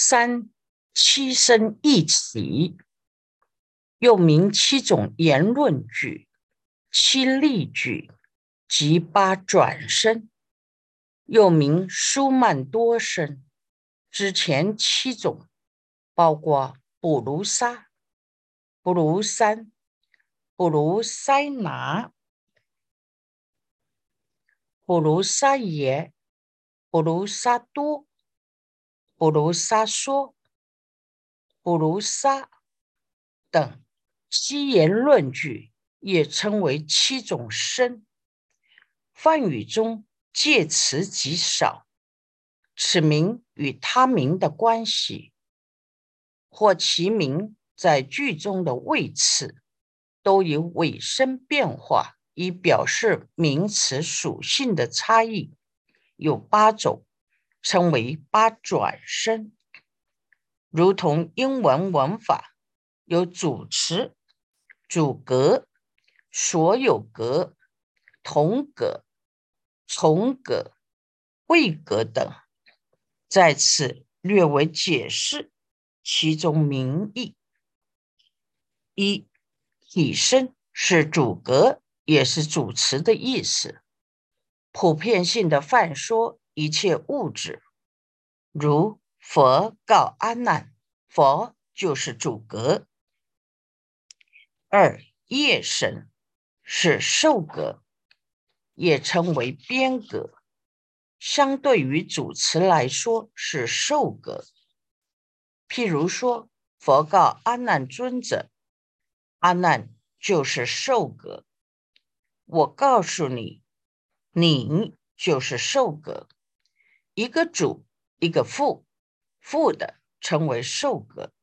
三七声一起，又名七种言论句、七例句及八转声，又名舒曼多声。之前七种包括布鲁沙、布鲁三、布鲁塞拿、布鲁沙耶、布鲁沙多、布鲁沙说、布鲁沙等七言论句，也称为七种声。梵语中介词极少，此名与他名的关系，或其名在句中的位次，都以尾声变化，以表示名词属性的差异。有八种，称为八转声。如同英文文法有主词、主格、所有格、同格、从格、谓格等，在此略为解释其中名义。一、体声是主格也是主词的意思，普遍性的泛说一切物质，如佛告阿难，佛就是主格。二、业声是受格，也称为边格，相对于主词来说是受格。譬如说，佛告阿难尊者，阿难就是受格。我告诉你，你就是受格。一个主，一个副，副的称为受格。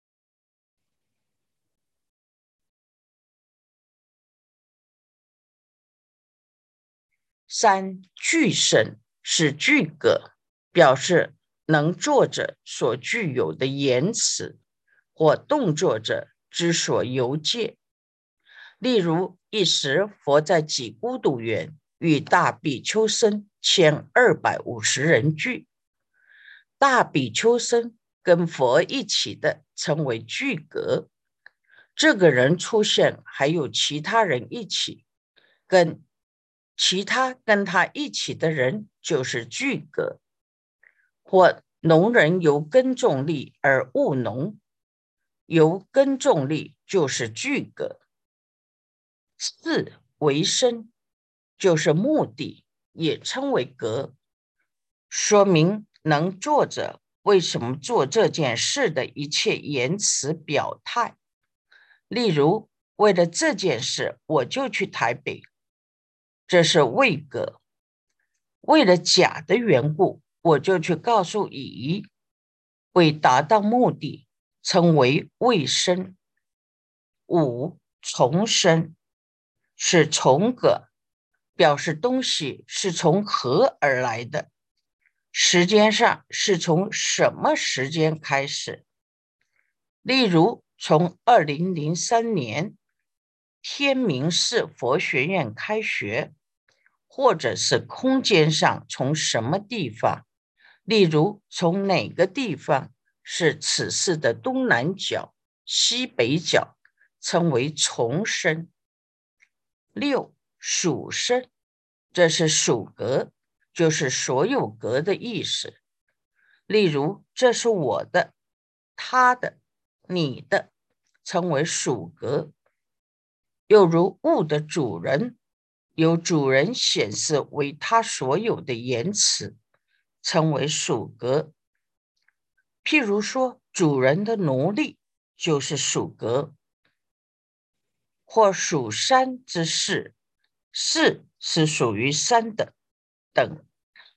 三、句声是句格，表示能作者所具有的言辞或动作者之所由介。例如，一时佛在几孤独园与大比丘僧签250人句，大比丘僧跟佛一起的称为句格。这个人出现还有其他人一起，其他跟他一起的人就是句格。或农人由耕种力而务农，由耕种力就是句格。四、为生就是目的，也称为格，说明能做者为什么做这件事的一切言辞表态。例如，为了这件事我就去台北，这是为格。为了甲的缘故，我就去告诉乙，为达到目的，称为为生。五、从生是从格，表示东西是从何而来的，时间上是从什么时间开始。例如，从2003年天明寺佛学院开学，或者是空间上从什么地方，例如从哪个地方是此寺的东南角、西北角，称为从生。六、属生，这是属格，就是所有格的意思。例如，这是我的、他的、你的，称为属格。又如物的主人，由主人显示为他所有的言辞，称为属格。譬如说，主人的奴隶就是属格，或属山之事，事是属于山的等。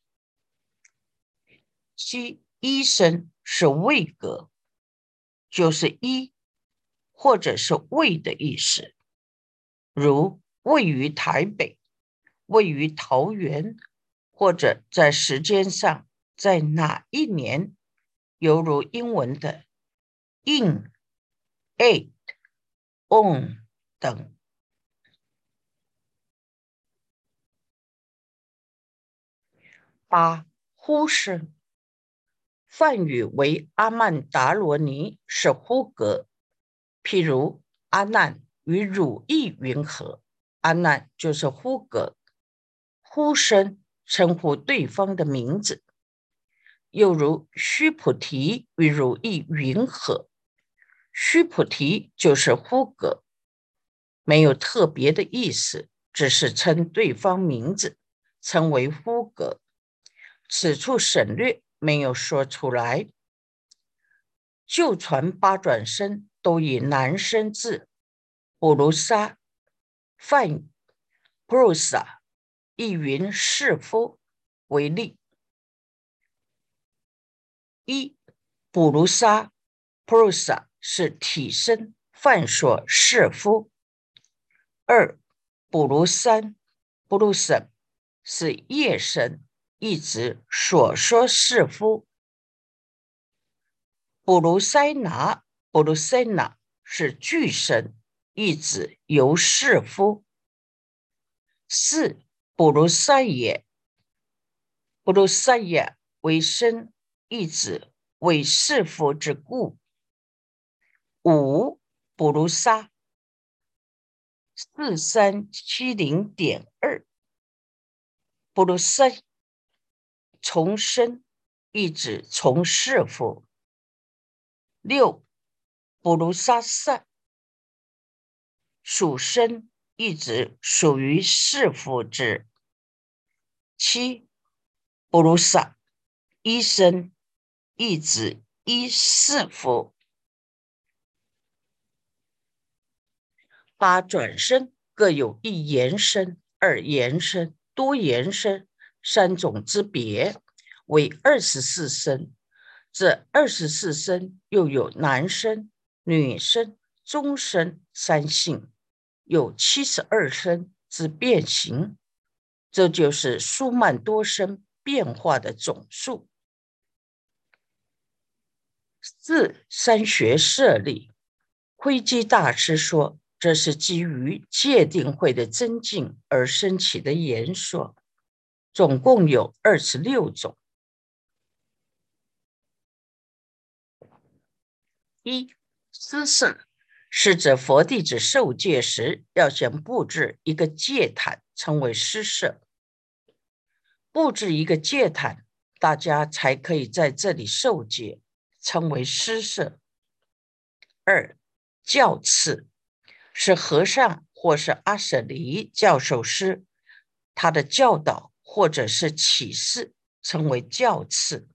七、一声是位格，就是一或者是位的意思，如位于台北、位于桃园，或者在时间上在哪一年，犹如英文的 in、at、on 等。八、呼声梵语为阿曼达罗尼是呼格，譬如阿难与汝意云何，阿难就是呼格，呼声称呼对方的名字。又如须菩提与汝意云何，须菩提就是呼格，没有特别的意思，只是称对方名字，称为呼格。此处省略，没有说出来。旧传八转声都以男声字普卢沙、梵语、普鲁萨、意云士夫为例。一、普卢沙、普鲁萨是体声，梵说士夫。二、普卢三、普鲁萨是叶声，意指所说士夫。普鲁塞拿、普鲁塞拿是句声，意指由士夫。四、普鲁塞耶、普鲁塞耶为声，意指为士夫之故。五、普鲁沙4370.2，普鲁塞从生，意指从士夫。六、普鲁萨萨属生，意指属于士夫之。七、普鲁萨一生，意指一士夫。八转声各有一言声、二言声、多言声三种之别，为24声。这24声又有男声、女声、中声三性，有72声之变形。这就是舒曼多声变化的总数。四、三学设立，慧基大师说，这是基于戒定慧的增进而生起的言说，总共有26种。一、施设是指佛弟子受戒时要先布置一个戒坛，称为施设。布置一个戒坛，大家才可以在这里受戒，称为施设。二、教次是和尚或是阿舍离教授师，他的教导或者是启示，称为教次。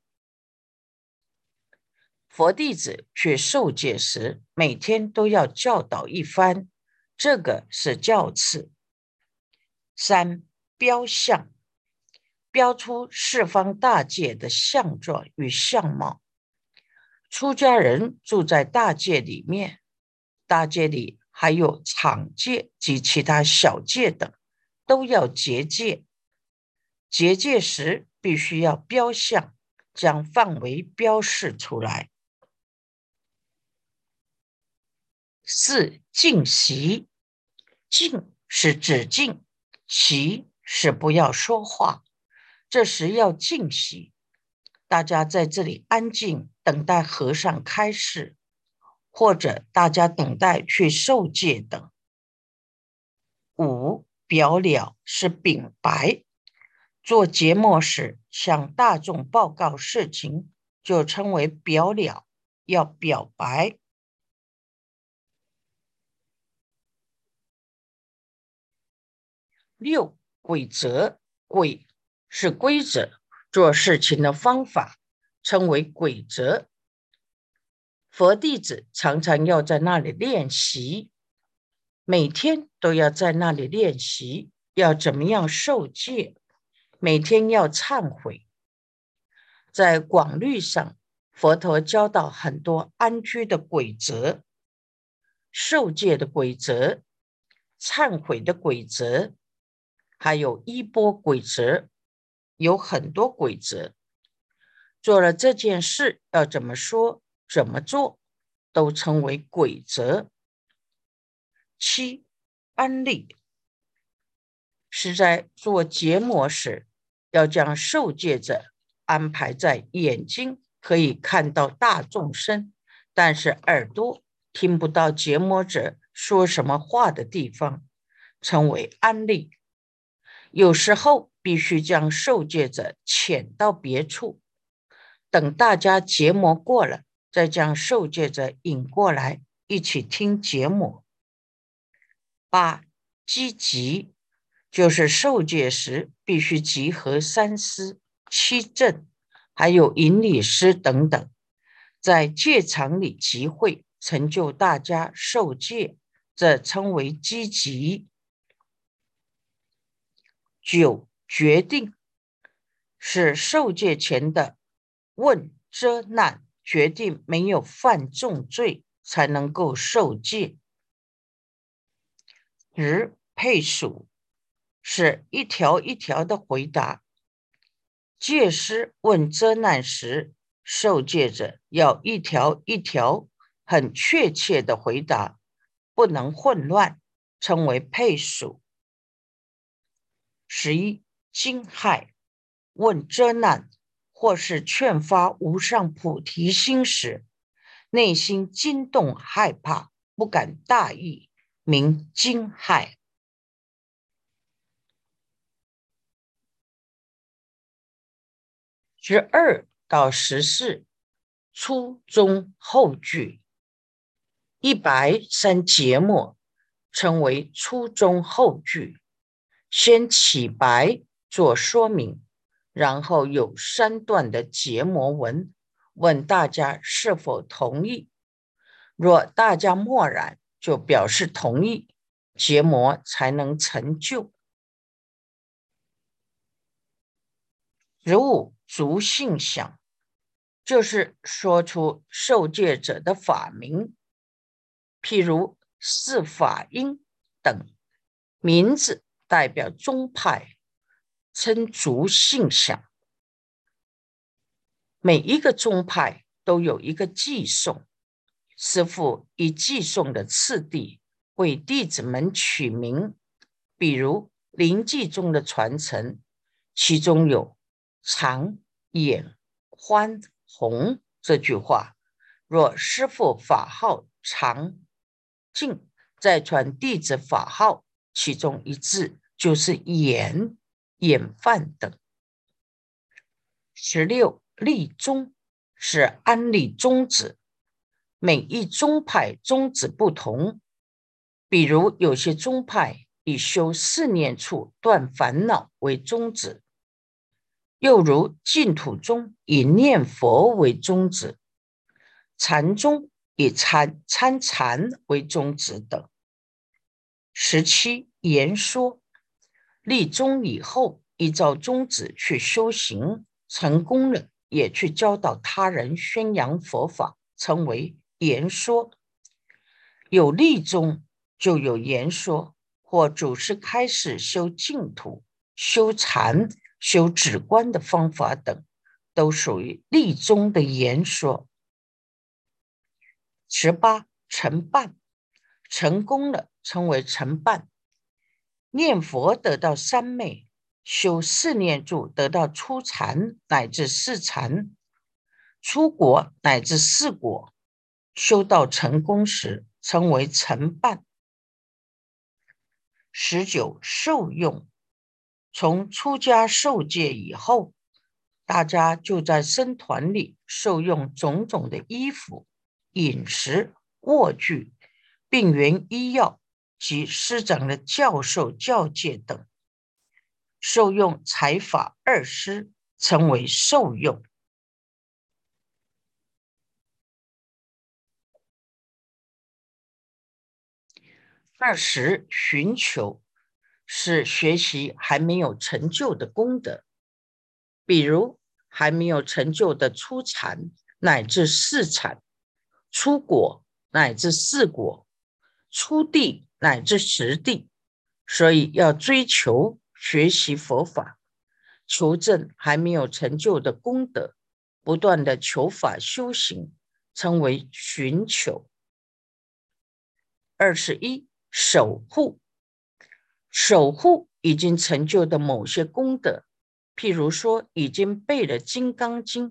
佛弟子去受戒时，每天都要教导一番，这个是教次。三、标相，标出四方大界的相状与相貌。出家人住在大界里面，大界里还有场界及其他小界等，都要结界。结界时必须要标相，将范围标示出来。四、静息，静是止静，息是不要说话，这时要静息。大家在这里安静等待和尚开示，或者大家等待去受戒等。五、表了是禀白，做节目时向大众报告事情，就称为表了，要表白。六、规则，规是规则，做事情的方法，称为规则。佛弟子常常要在那里练习，每天都要在那里练习，要怎么样受戒，每天要忏悔。在广律上，佛陀教导很多安居的规则、受戒的规则、忏悔的规则，还有衣钵规则，有很多规则。做了这件事要怎么说、怎么做，都称为规则。七、安立是在做结膜时，要将受戒者安排在眼睛可以看到大众生，但是耳朵听不到结魔者说什么话的地方，称为安立。有时候必须将受戒者遣到别处，等大家结魔过了，再将受戒者引过来，一起听结魔。8. 积集，就是受戒时必须集合三师、七正，还有引理师等等，在戒场里集会，成就大家受戒，这称为积集。9. 决定，是受戒前的问遮难，决定没有犯重罪才能够受戒。10. 配属，是一条一条的回答。戒师问遮难时，受戒者要一条一条很确切的回答，不能混乱，称为配属。11. 惊骇，问遮难或是劝发无上菩提心时，内心惊动害怕，不敢大意，名惊骇。12到14，初中后句。一白三结末，称为初中后句。先起白做说明，然后有3段的结魔文，问大家是否同意。若大家默然，就表示同意，结魔才能成就。15足信想，就是说出受戒者的法名，譬如四法音等，名字代表宗派，称足信想。每一个宗派都有一个寄诵，师父以寄诵的次第为弟子们取名，比如临济宗的传承，其中有长、眼、宽、宏这句话。若师父法号长净，再传弟子法号，其中一字就是眼、眼饭等。16立宗，是安立宗旨，每一宗派宗旨不同，比如有些宗派以修4念处断烦恼为宗旨，又如净土宗以念佛为宗旨，禅宗以参禅为宗旨等。17言说，立宗以后依照宗旨去修行，成功了也去教导他人宣扬佛法，称为言说。有立宗就有言说，或祖师开始修净土、修禅、修止观的方法等，都属于立宗的言说。18成办，成功了称为成办。念佛得到三昧，修4念住得到初禅乃至4禅，出国乃至4果，修到成功时称为成办。19受用，从出家受戒以后，大家就在僧团里受用种种的衣服、饮食、卧具、病原医药及师长的教授教戒等，受用财法2师，称为受用。20寻求，是学习还没有成就的功德，比如还没有成就的初禅乃至4禅，出果乃至4果，出地乃至10地，所以要追求学习佛法，求证还没有成就的功德，不断的求法修行，称为寻求。21守护，守护已经成就的某些功德，譬如说已经背了《金刚经》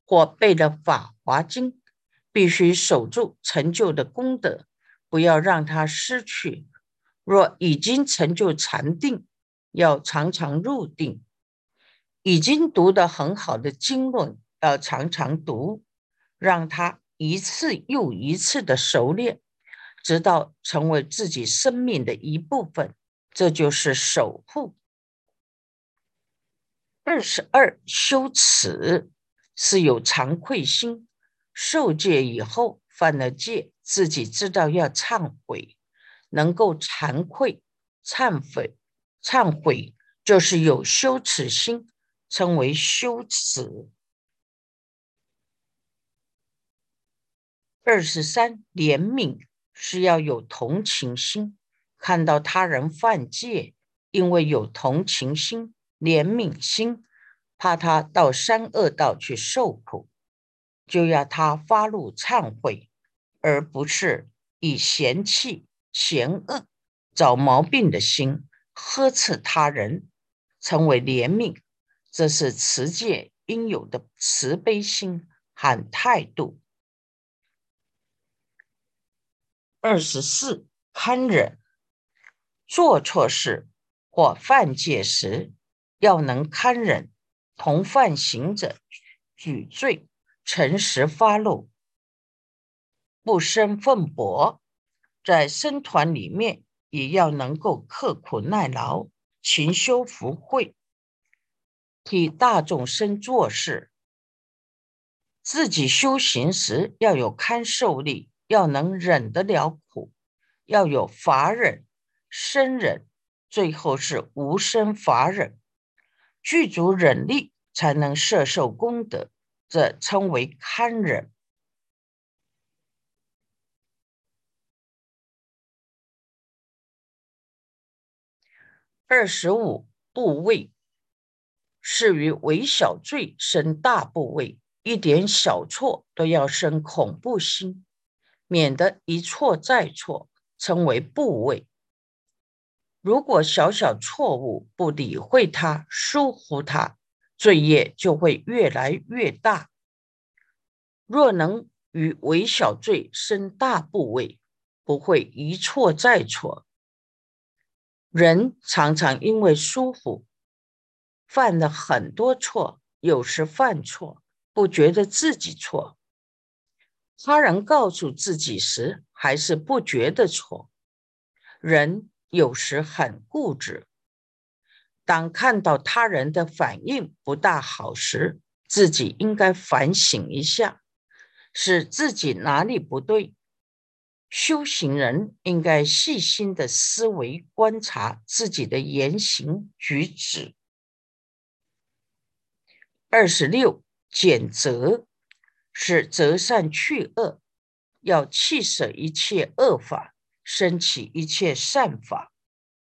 或背了法华经，必须守住成就的功德，不要让它失去。若已经成就禅定，要常常入定。已经读得很好的经论，要常常读，让它一次又一次的熟练，直到成为自己生命的一部分，这就是守护。22修持是有惭愧心，受戒以后犯了戒，自己知道要忏悔，能够惭愧、忏悔就是有羞耻心，称为羞耻。23怜悯是要有同情心，看到他人犯戒，因为有同情心、怜悯心，怕他到三恶道去受苦，就要他发怒忏悔，而不是以嫌弃、嫌恶、找毛病的心呵斥他人，成为怜悯。这是持戒应有的慈悲心和态度。24堪忍，做错事或犯戒时，要能堪忍，同犯行者举罪，诚实发露，不生愤驳。在僧团里面，也要能够刻苦耐劳，勤修福慧，替大众生做事。自己修行时要有堪受力，要能忍得了苦，要有法忍、生忍，最后是无生法忍，具足忍力才能摄受功德，这称为堪忍。25怖畏，是于微小罪生大怖畏，一点小错都要生恐怖心，免得一错再错，称为怖畏。如果小小错误不理会它、疏忽它，罪业就会越来越大。若能于微小罪生大怖畏，不会一错再错。人常常因为疏忽，犯了很多错，有时犯错不觉得自己错，他人告诉自己时还是不觉得错。人有时很固执，当看到他人的反应不大好时，自己应该反省一下，是自己哪里不对。修行人应该细心的思维观察自己的言行举止。26减责，是择善去恶，要弃舍一切恶法，升起一切善法。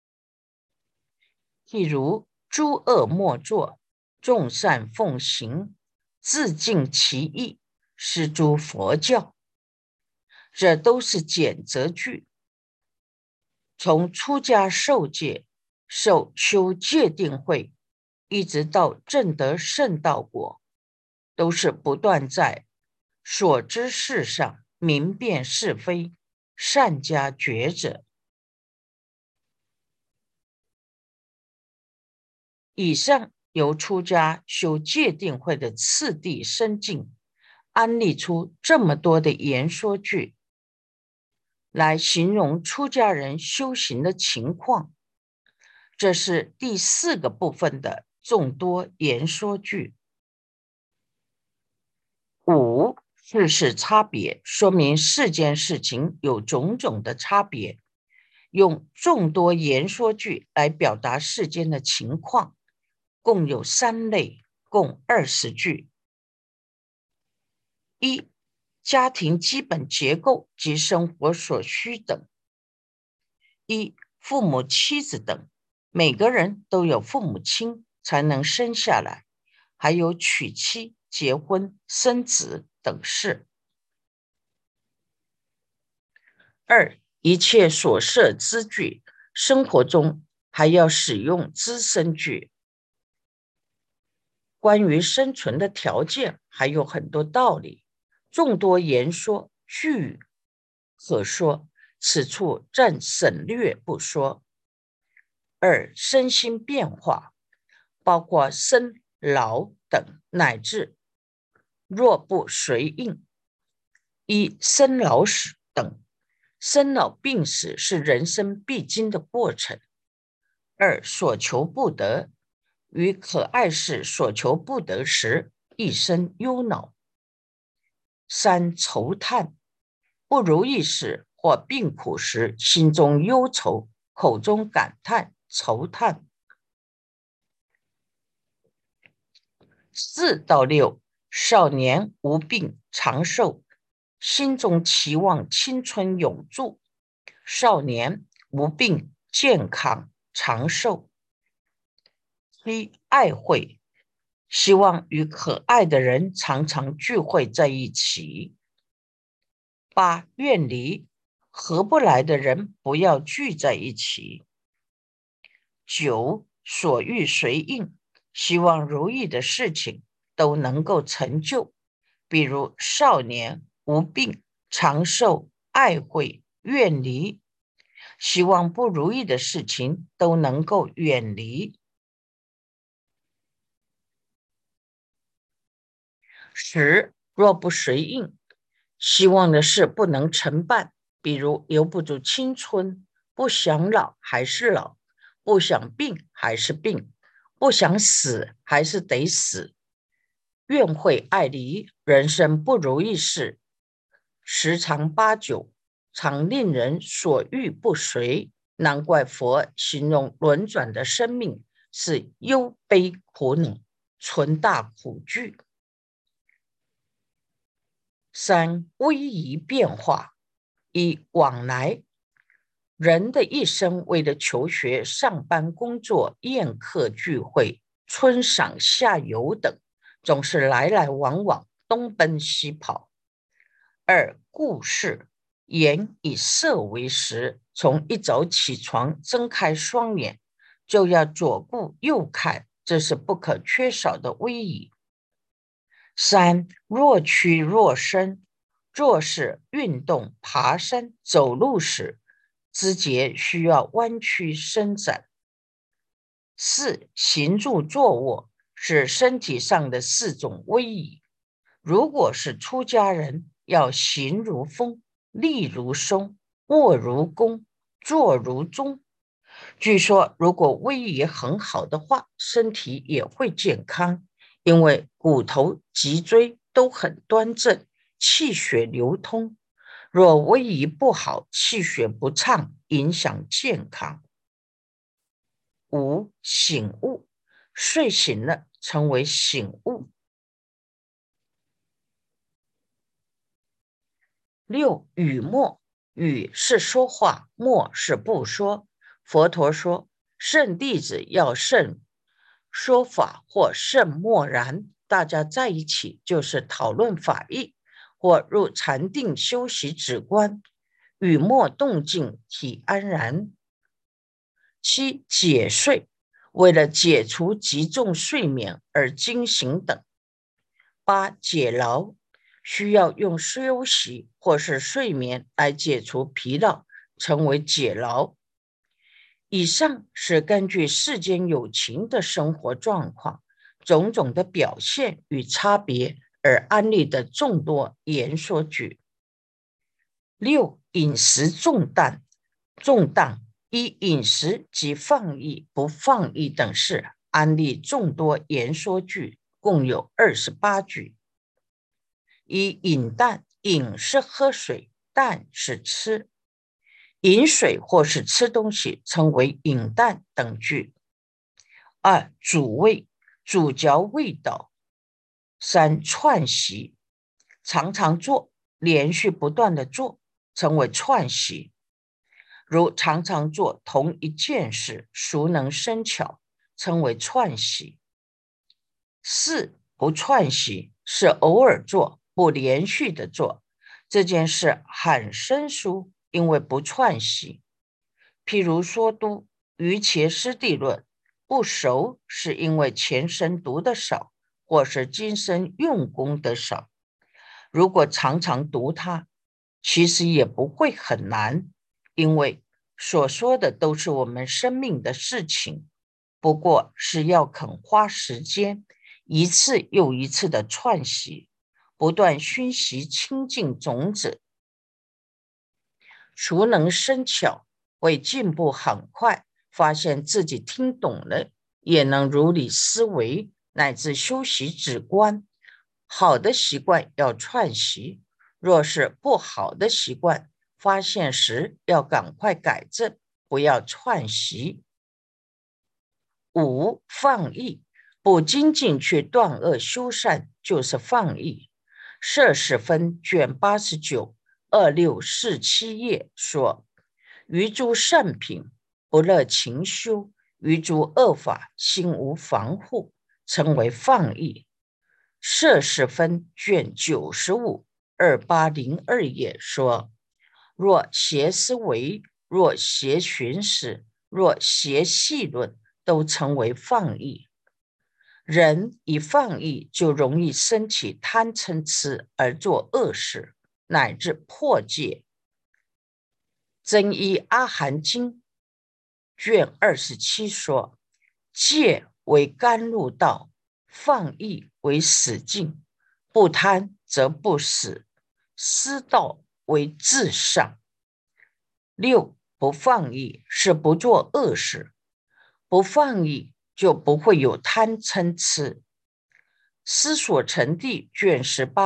譬如诸恶莫作，众善奉行，自尽其意，是诸佛教。这都是减责句。从出家受戒、受修戒定慧，一直到证得圣道果，都是不断在所知事上明辨是非，善加抉择。以上由出家修戒定慧的次第深进，安立出这么多的言说句，来形容出家人修行的情况。这是第4个部分的众多言说句。5世事差别，说明世间事情有种种的差别，用众多言说句来表达世间的情况，共有3类，共20句。1家庭基本结构及生活所需等。1父母、妻子等，每个人都有父母亲才能生下来，还有娶妻、结婚、生子等事。2一切所设之具，生活中还要使用资生具，关于生存的条件还有很多道理，众多言说句可说，此处暂省略不说。二、身心变化，包括生老等，乃至若不随应。一、生老死等，生老病死是人生必经的过程。二、所求不得，与可爱事所求不得时，一生忧恼。三、愁叹，不如意事或病苦时，心中忧愁，口中感叹愁叹。4到6，少年无病长寿，心中期望青春永驻。少年无病健康长寿。7、爱会，希望与可爱的人常常聚会在一起。8、远离，合不来的人不要聚在一起。9、所欲随应，希望如意的事情都能够成就，比如少年无病长寿爱会远离，希望不如意的事情都能够远离。10、若不随应，希望的事不能成办，比如留不住青春，不想老还是老，不想病还是病，不想死还是得死。怨会爱离，人生不如意事十常八九，常令人所欲不随。难怪佛形容轮转的生命是忧悲苦恼，存大苦惧。3、危仪变化。1、往来，人的一生为了求学、上班、工作、宴客、聚会、春赏、夏游等，总是来来往往，东奔西跑。2、故事，眼以色为食，从一早起床睁开双眼就要左顾右看，这是不可缺少的威仪。3、若屈若伸，做事、运动、爬山、走路时，肢节需要弯曲伸展。4、行住坐卧是身体上的4种威仪。如果是出家人，要行如风，立如松，卧如弓，坐如钟。据说，如果威仪很好的话，身体也会健康，因为骨头、脊椎都很端正，气血流通。若威仪不好，气血不畅，影响健康。5、醒悟，睡醒了，称为醒悟。6、语默，语是说话，默是不说。佛陀说，圣弟子要慎说法或慎默然，大家在一起就是讨论法义，或入禅定修习止观，语默动静，体安然。7、解睡，为了解除极重睡眠而惊醒等。8、解劳，需要用休息或是睡眠来解除疲劳，成为解劳。以上是根据世间有情的生活状况、种种的表现与差别而安立的众多言说句。6、饮食重担，依饮食及放逸不放逸等事安立众多言说句，共有28句。1、饮淡，饮是喝水，淡是吃，饮水或是吃东西称为饮淡等句。2、主味，主嚼味道。3、串习，常常做，连续不断的做，称为串习。如常常做同一件事，熟能生巧，称为串习。4、不串习，是偶尔做，不连续的做，这件事很生疏，因为不串习。譬如说都瑜伽师地论，不熟是因为前生读的少， 或是今生用功的少。如果常常读它，其实也不会很难，因为所说的都是我们生命的事情，不过是要肯花时间，一次又一次的串习，不断熏习清净种子，熟能生巧，会进步很快，发现自己听懂了，也能如理思维，乃至修习止观。好的习惯要串习，若是不好的习惯，发现时要赶快改正，不要串习。5. 放逸，不精进去断恶修善，就是放逸。摄事分卷89、2647页说：于诸善品，不乐勤修；于诸恶法，心无防护，称为放逸。摄事分卷95、2802页说：若邪思维，若邪寻思，若邪戏论，都称为放逸。人一放逸，就容易生起贪嗔痴而做恶事，乃至破戒。增一阿含经卷27说：戒为甘露道，放逸为死境。不贪则不死，思道为至上。6. 不放逸是不做恶事，不放逸就不会有贪嗔痴。思所成地卷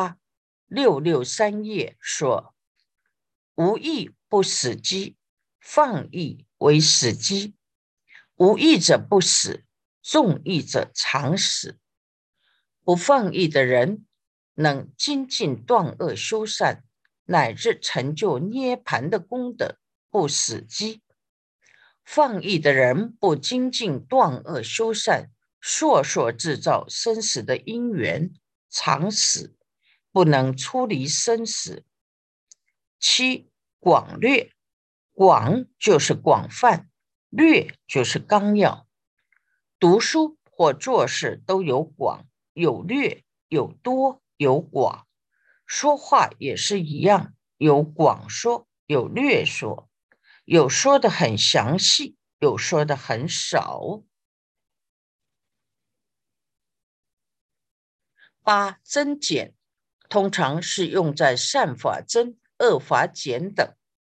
18、663页说：无义不死机，放逸为死机。无义者不死，重义者常死。不放逸的人能精进断恶修善，乃至成就涅槃的功德，不死机。放逸的人不精进断恶修善，烁烁制造生死的因缘，常死，不能出离生死。7. 广略，广就是广泛，略就是纲要。读书或做事都有广、有略、有多、有广。说话也是一样，有广说，有略说，有说的很详细，有说的很少。8. 增减，通常是用在善法增、恶法减等，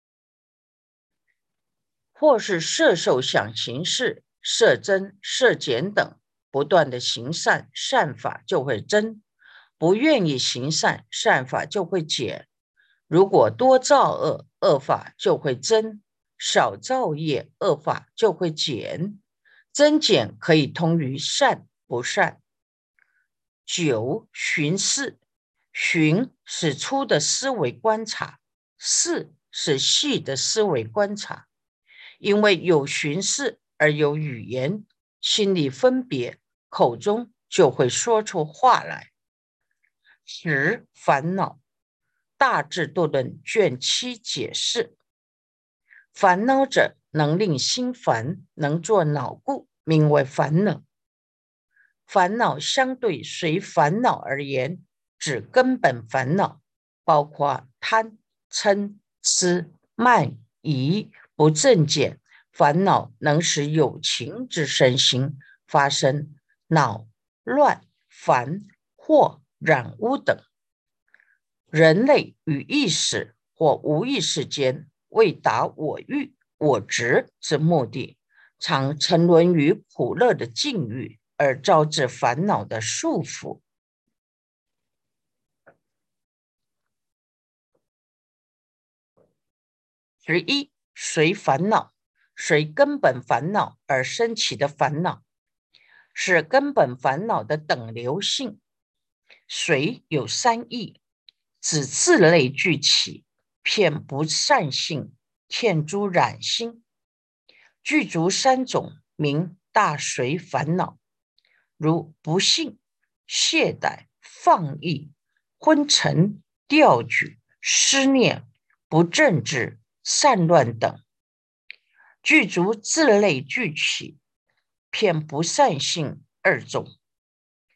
或是摄受想行识、摄增、摄减等，不断的行善，善法就会增；不愿意行善，善法就会减。如果多造恶，恶法就会增；少造业，恶法就会减。增减可以通于善不善。9. 寻思，寻是粗的思维观察，思是细的思维观察。因为有寻思而有语言，心里分别，口中就会说出话来。10. 烦恼，大智度论卷7解释：烦恼者能令心烦，能作恼故，名为烦恼。烦恼相对随烦恼而言，指根本烦恼，包括贪、嗔、痴、慢、疑、不正见。烦恼能使有情之身心发生恼、乱、烦、惑、染污等。人类与意识或无意识间为达我欲、我执之目的，常沉沦于苦乐的境遇，而招致烦恼的束缚。11. 随烦恼，随根本烦恼而生起的烦恼，是根本烦恼的等流性。随有3义，指自类俱起，遍不善性，天诸染心，具足3种，名大随烦恼，如不信、懈怠、放逸、昏沉、掉举、失念、不正直、散乱等。具足自类俱起，遍不善性2种。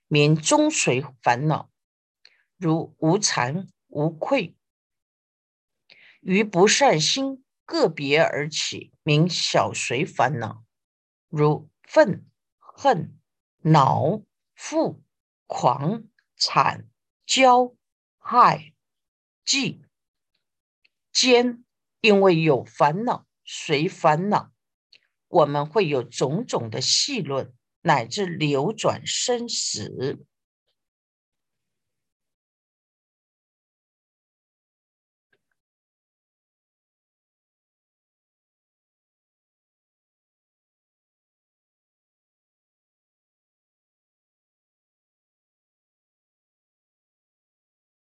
名中随烦恼，如无惭无愧。于不善心个别而起，名小随烦恼，如愤、恨、恼、负、狂、惨、骄、害、忌、奸。因为有烦恼随烦恼，我们会有种种的戏论，乃至流转生死。